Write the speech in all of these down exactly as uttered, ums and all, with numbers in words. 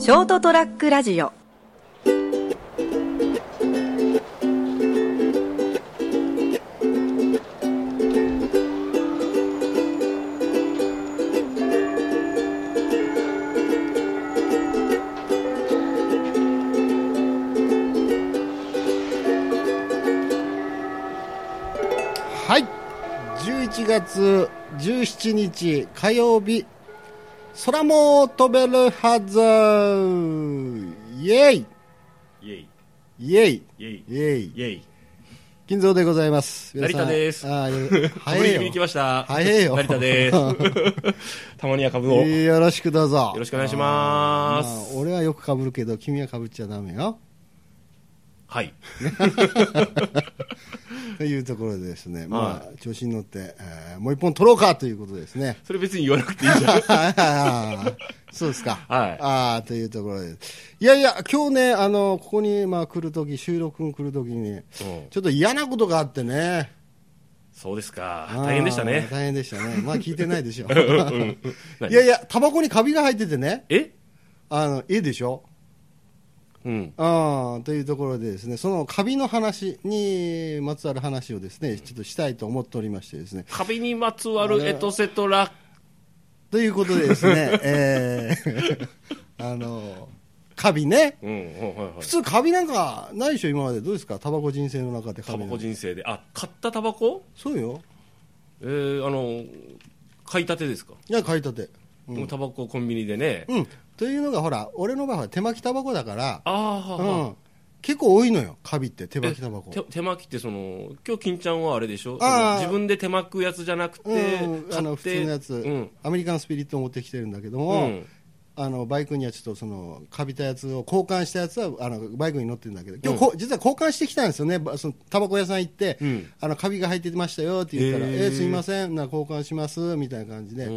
ショートトラックラジオ。 はい、じゅういちがつじゅうしちにち火曜日、空も飛べるはず、イエイイエイイエイイエイイエイイエイ。 金蔵でございます。 成田です。 あー早いよ。 に来ました。 早いよ。 成田です。たまには株をよろしくどうぞ。 よろしくお願いします。 まあ、俺はよく被るけど君は被っちゃダメよ。 はい。 というところでですね、まあ、調子に乗って、えー、もう一本取ろうかということですね。 それ別に言わなくていいじゃん。 そうですか。 はい。 ああ、というところで。いやいや、今日ね、あの、ここに、まあ、来るとき、収録に来るときに、うん、ちょっと嫌なことがあってね。 そうですか。大変でしたね。 大変でしたね。まあ、聞いてないでしょ。うん、いやいや、タバコにカビが入っててね。 えあの、ええでしょ。 うん、 あというところでですね、そのカビの話にまつわる話をですね、ちょっとしたいと思っておりましてですね。 カビにまつわるエトセトラということでですね、えー、あのカビね、うん、はいはい、普通カビなんかないでしょ今まで。どうですか、タバコ人生の中で。 タバコ人生で、あ、買ったタバコ？ そうよ。 えー、あの買いたてですか？ いや、買いたて。 うん、タバココンビニでね。 うん。というのがほら、俺の場合は手巻きタバコだから、 あーはは、 うん、結構多いのよ、カビって手巻きタバコ。 手, 手巻きってその今日金ちゃんはあれでしょ、あ自分で手巻くやつじゃなくて、 うん、あの普通のやつ、うん、アメリカンスピリットを持ってきてるんだけども、うん、あのバイクにはちょっとそのカビたやつを交換したやつはあのバイクに乗ってるんだけど、今日こ、うん、実は交換してきたんですよね。そのタバコ屋さん行って、うん、あのカビが入ってましたよって言ったら、えー、えー、すいませんな、交換しますみたいな感じで、うん、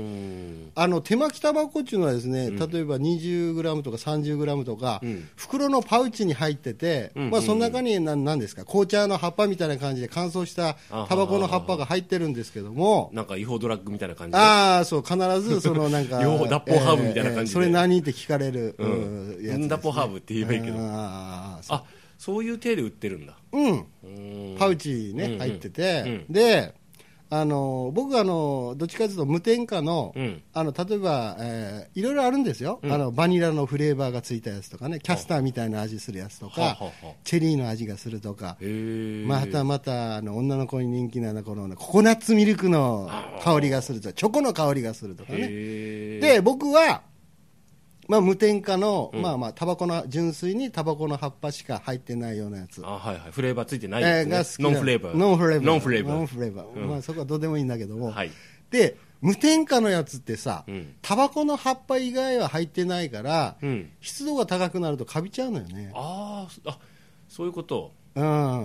あの手巻きタバコっていうのはですね、うん、例えば にじゅうグラム とか さんじゅうグラム とか、うん、袋のパウチに入ってて、うん、まあ、その中に何、何ですか、紅茶の葉っぱみたいな感じで乾燥したタバコの葉っぱが入ってるんですけども、 なんか違法ドラッグみたいな感じで、 ああそう、必ずそのなんか違法脱法ハーブみたいな感じで、えーえー、 それ何って聞かれる、 うん、やつ、ね、脱法ハーブって言えばいいけど、ああ、そういう体で売ってるんだ。 うん、パウチね、うんうん、入ってて、うん、であの僕はあのどっちかというと無添加の、うん、あの例えば、えー、いろいろあるんですよ、うん、あのバニラのフレーバーがついたやつとかね、キャスターみたいな味するやつとか、はははチェリーの味がするとか、またまたあの女の子に人気なこのココナッツミルクの香りがするとか、チョコの香りがするとかね。で僕はまあ、無添加の、うん、まあまあタバコの純粋にタバコの葉っぱしか入ってないようなやつ、 あ、はいはい、フレーバーついてないやつ、ね、 えー、 ノンフレーバーノンフレーバーノンフレーバーノンフレーバー、うん、まあ、そこはどうでもいいんだけども、 はい、 で無添加のやつってさ、うん、タバコの葉っぱ以外は入ってないから、うん、湿度が高くなるとカビちゃうのよね。 ああ、そういうこと。 うん、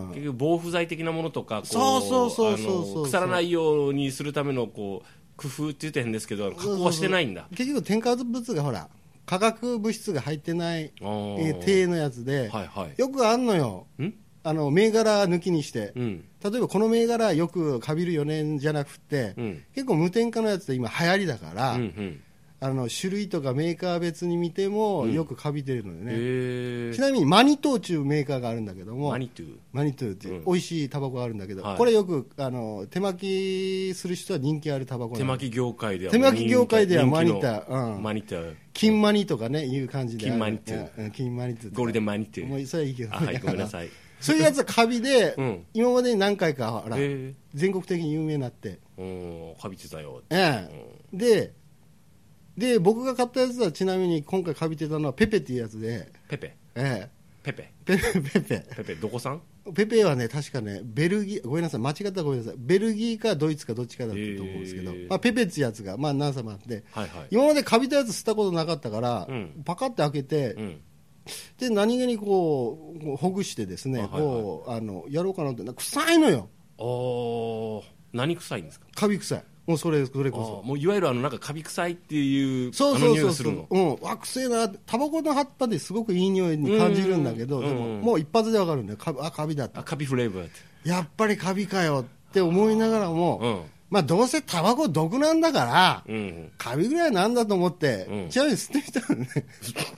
結局防腐剤的なものとか、こう、 そうそうそうそうそう、 腐らないようにするためのこう工夫って言って変ですけど、加工はしてないんだ。 結局添加物がほら化学物質が入ってない、えー、低のやつで、はいはい、よくあんのよ、んあの銘柄抜きにして、うん、例えばこの銘柄よくかびるよねじゃなくて、うん、結構無添加のやつって今流行りだから、うんうん、あの種類とかメーカー別に見てもよくかびてるのよね、うん、ちなみにマニトーっていうメーカーがあるんだけども、 マニトゥマニトゥっていう美味しいタバコがあるんだけど、はい、これよくあの手巻きする人は人気あるタバコ。 手巻き業界では手巻き業界ではマニタ、 うん、マニタ金マニとかねいう感じで、 金マニトゥ、 金マニトゥ、 ゴールデンマニトゥ、 もうそれはいいけど、ね、 はい、ごめんなさいそういうやつはカビで、うん、今までに何回かほら全国的に有名になって、 カビてたよ、 ええ、うん、でで僕が買ったやつはちなみに今回カビてたのはペペっていうやつで、 ペペ、 ええ、 ペペペペペペペペどこさん？ ペペはね確かねベルギー、ごめんなさい間違ったらごめんなさい、ベルギーかドイツかどっちかだったと思うんですけど、えーまあ、ペペっていうやつがまあ何様あって、はいはい、今までカビたやつ吸ったことなかったから、うん、パカって開けて、うん、で何気にこうほぐしてですね、あ、こう、はいはい、あのやろうかなって臭いのよ。 あ、何臭いんですか？ カビ臭い。もうそれそれこそもういわゆるあのなんかカビ臭いっていうそうそうそうそう、うん、わくせえな、タバコの葉っぱですごくいい匂いに感じるんだけど、でももう一発でわかるんだよ、あカビだって、 あカビフレーバーってやっぱりカビかよって思いながらも、うん、まあどうせタバコ毒なんだから、うん、カビぐらいなんだと思って、うん、ちなみに吸ってみたらね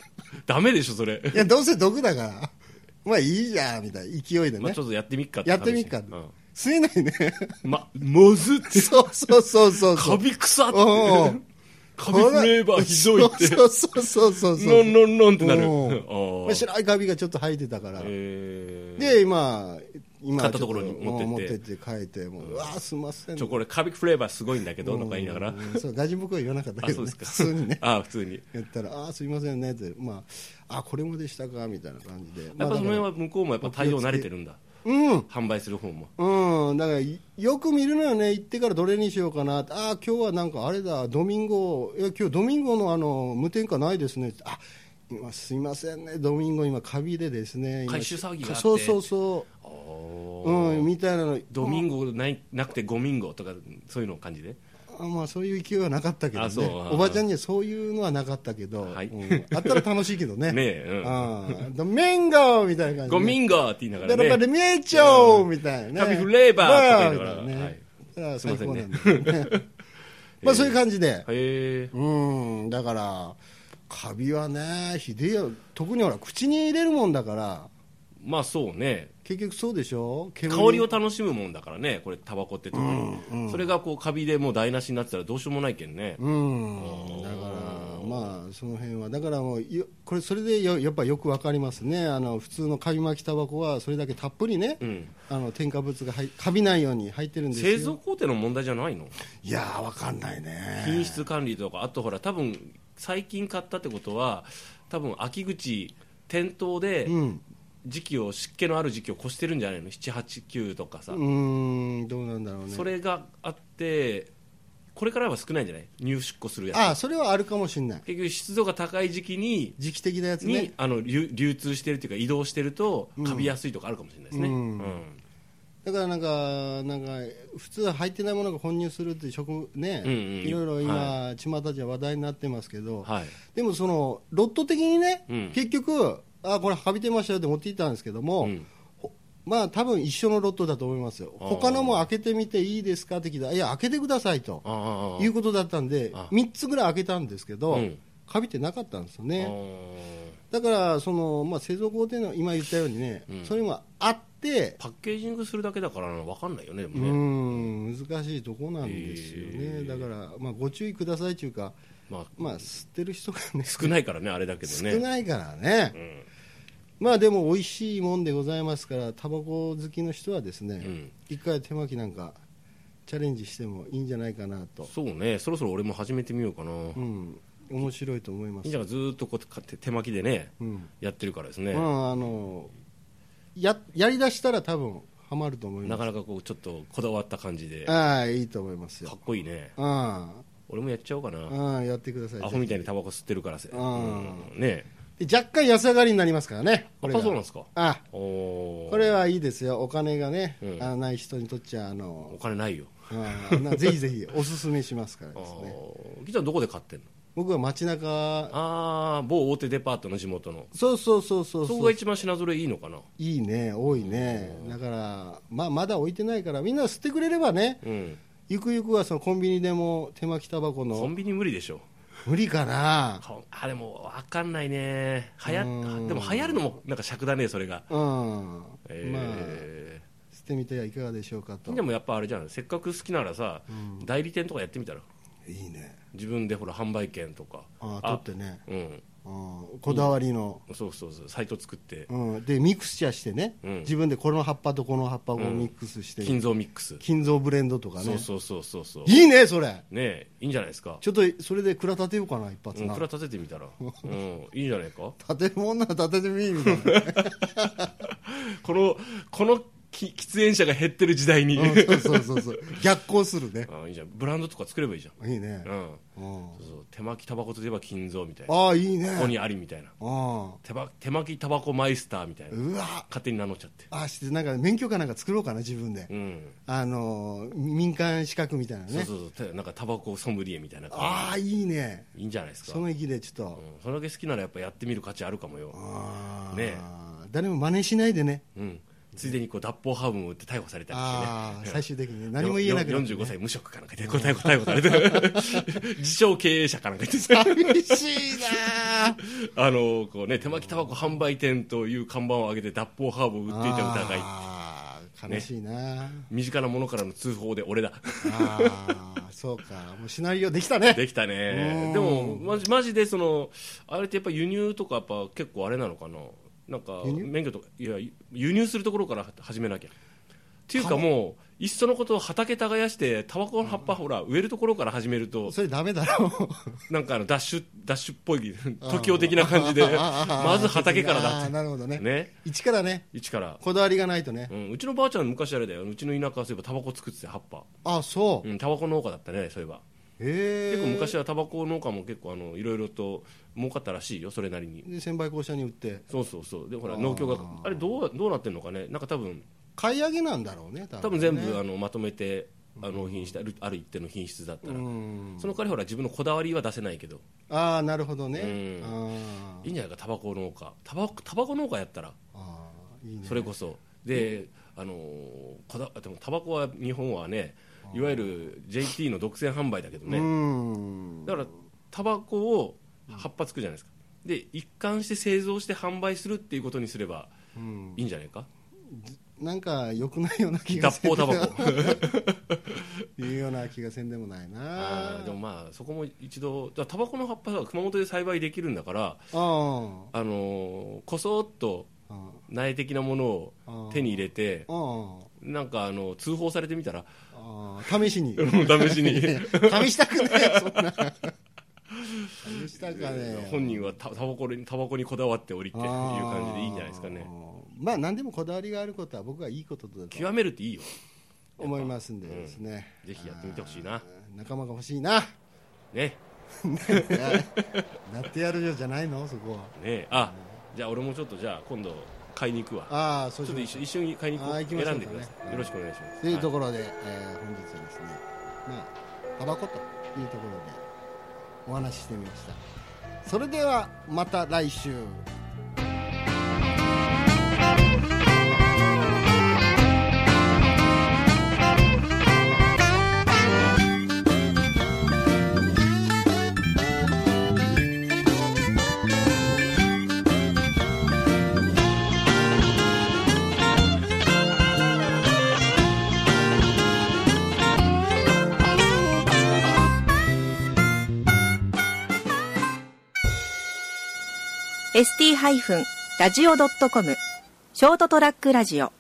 ダメでしょそれ。 いやどうせ毒だからまあいいじゃんみたいな勢いでね、 まあ、ちょっとやってみっかってやってみっかって、 うん、 吸えないねまもずってそうそうそうそうカビ臭ってカビフレーバーひどいってそうそうそうそうそうノンノンノンってなる。 まあ、白いカビがちょっと生えてたから、 えー、 で今今買ったところに持ってって持ってって書いてもう、うわーすいませんちょこれカビフレーバーすごいんだけどとか言いながら、 そうガジン僕は言わなかったけど、ね、普通にねあ普通に言ったらあすいませんねって、まあ、あこれもでしたかみたいな感じで、 やっぱその辺は向こうもやっぱ対応慣れてるんだ。うん、販売する方も、 うん、だからよく見るのよね、行ってからどれにしようかな、ああ今日はなんかあれだドミンゴ、いや今日ドミンゴのあの無添加ないですね、あ今すいませんねドミンゴ今カビでですね回収騒ぎがあって、 そうそうそう、うん、みたいなの、 ドミンゴないなくてゴミンゴとかそういうの感じで、 あまあそういう勢いはなかったけどね、おばちゃんにはそういうのはなかったけど、はいうん、あったら楽しいけどねねえ、うん、あドミンゴみたいな感じで、ね、 ゴミンゴって言いながらね、 だからミエチョーみたいなね、 カビフレーバーとか言いながら、 ねはい、 すいませんねまあそういう感じで、 へうんだからカビはねひでえよ、特にほら口に入れるもんだから、 まあそうね、 結局そうでしょ、 香りを楽しむもんだからね、これタバコって特に、うんうん、それがこうカビでもう台無しになってたらどうしようもないけんね、 うんだからまあその辺はだからもうこれそれでよやっぱよくわかりますね、あの普通のカビ巻きタバコはそれだけたっぷりね、うん、あの添加物がカビないように入ってるんですよ。 製造工程の問題じゃないの？ いやーわかんないね、 品質管理とか、あとほら多分最近買ったってことは多分秋口店頭で、うん時期を湿気のある時期を越してるんじゃないの、ななはちきゅうとかさ、うーんどうなんだろうね、 それがあってこれからは少ないんじゃない、入出庫するやつ、 ああそれはあるかもしれない、 結局湿度が高い時期に時期的なやつねにあの 流, 流通してるっていうか移動してるとカビやすいとかあるかもしれないですね、うんうんうん、 だからなんかなんか普通は入ってないものが混入するって食ね、うんうん、いろいろ今、はい、巷じゃ話題になってますけど、はい、でもそのロット的にね、うん、結局あこれカビてましたよって持っていったんですけども、うん、まあ多分一緒のロットだと思いますよ。他のも開けてみていいですかって聞いたら、いや開けてくださいということだったんでみっつぐらい開けたんですけど、うん、カビてなかったんですよね。だからその、まあ、製造工程の今言ったようにね、うん、それもあってパッケージングするだけだから分かんないよね、でもねうん難しいとこなんですよね、えー、だから、まあ、ご注意くださいというか、まあまあ、吸ってる人がね少ないからね、あれだけどね少ないからね、うんまあでも美味しいもんでございますから、タバコ好きの人はですね、うん、一回手巻きなんかチャレンジしてもいいんじゃないかなと。 そうね、そろそろ俺も始めてみようかな、うん、面白いと思います。 いいじゃん、ずっとこう手巻きでね、うん、やってるからですね、 まあ、あの や, やりだしたら多分ハマると思います。 なかなかこうちょっとこだわった感じで、 ああいいと思いますよ。 かっこいいね。 あ俺もやっちゃおうかな。 ああやってください。 アホみたいにタバコ吸ってるからせ、うんねで若干安上がりになりますからね。 これがあ、そうなんですか。 ああこれはいいですよ。お金がね、うん、あない人にとっちゃあのお金ないよ。 あなぜひぜひおすすめしますからですね。 ギターどこで買ってんの？ 僕は街中、 ああ某大手デパートの地元の。 そうそうそうそう、 そこが一番品揃えいいのかな。 いいね、多いね。だから、まあ、まだ置いてないからみんな吸ってくれればね、うん、ゆくゆくはそのコンビニでも手巻きタバコの。 コンビニ無理でしょ。 無理かな。 あでも分かんないね。はやでも流行るのもなんか尺だね、それが。うん、 えー、まあ吸ってみてはいかがでしょうかと。 でもやっぱあれじゃん、せっかく好きならさ、うん、代理店とかやってみたらいいね。 自分でほら販売券とかああ取ってね、うん、あこだわりの、 うん、そうそうそうサイト作って、 うん、でミクスチャーしてね、うん、自分でこの葉っぱとこの葉っぱをミックスして、うん、 金蔵ミックス金蔵ブレンドとかね。 そうそうそうそうそういいねそれね、いいんじゃないですか。 ちょっとそれで蔵立てようかな一発な、 うん、蔵立ててみたら、うん、いいんじゃないか。 立てるもんなら立ててみみたいなこのこの喫煙者が減ってる時代に、 うん、そうそうそうそう逆行するね。 あいいじゃん、ブランドとか作ればいいじゃん。 いいね、 うんそうそう手巻きタバコといえば金蔵みたいな。 ああいいね、 ここにありみたいな。あ手, ば手巻きタバコマイスターみたいな。うわ勝手に名乗っちゃって。 あしてなんか免許かなんか作ろうかな自分で、うん、あの民間資格みたいなね。 そうそうそうなんかタバコソムリエみたいな感じ。 ああいいね、 いいんじゃないですか。 その域でちょっと、うん、 それだけ好きならやっぱやってみる価値あるかもよ。 あね誰も真似しないでね、 うんついでにこう脱法ハーブも売って逮捕されたりしてね、 あ最終的に何も言えなくなって、ね、 よんじゅうごさい無職かなんかでこう逮捕逮捕されて自称経営者かなんか言って寂しいなあのこう、ね、手巻きタバコ販売店という看板を上げて脱法ハーブを売っていた疑い、 あ悲しいな、ね、 身近なものからの通報で俺だあそうか、もうシナリオできたねできたね。でもマジ、マジでそのあれってやっぱ輸入とかやっぱ結構あれなのかな、なんか免許とかいや輸入するところから始めなきゃっていうか、もういっそのことを畑耕してタバコの葉っぱほら植えるところから始めるとそれダメだろうなんかあのダッシュダッシュっぽい時応的な感じでまず畑からだって。 なるほど ね, ね一からね一からこだわりがないとね、 うん、うちのばあちゃん昔あれだよ、うちの田舎はそういえばタバコ作ってて葉っぱ、 あそう、 うん、タバコ農家だったねそういえば。結構昔はタバコ農家も結構あのいろいろと儲かったらしいよ、それなりに。 で専売公社に売って、 そうそうそう、でほら農協があれどうどうなってんのかね、なんか多分買い上げなんだろうね、 多分ね、多分全部あのまとめてあ納品してある、ある一定の品質だったら、その代わりほら自分のこだわりは出せないけど、 ああなるほどね、 うん、あいいんじゃないかタバコ農家、タバコタバコ農家やったら、 あいいね、 それこそで、あのこだでもタバコは日本はね、いわゆる ジェイティー の独占販売だけどね、だからタバコを葉っぱつくじゃないですか、で一貫して製造して販売するっていうことにすればいいんじゃないか、 なんか良くないような気がせん脱法タバコいうような気がせんでもないな。 あでもまあそこも一度タバコの葉っぱは熊本で栽培できるんだから、ああのこそっと苗的なものを手に入れて、なんかあの通報されてみたら、 あ試しに試しに試したくねえそんな試したかね。 本人はタバコにタバコにこだわっておりっていう感じでいいんじゃないですかね。 まあ何でもこだわりがあることは僕はいいことだと極めるっていいよ思いますんでですね、 うん、ぜひやってみてほしいな。 仲間が欲しいなねなってやるよじゃないのそこはね。あ、じゃあ俺もちょっとじゃあ今度買いに行くわ。 ああそうしちょっと一緒に買いに行こう。選んでください、ね、よろしくお願いします。 というところで、はい、えー、本日はですね、まあタバコというところでお話ししてみました。それではまた来週。 エスティー ラジオ ドットコム ショートトラックラジオ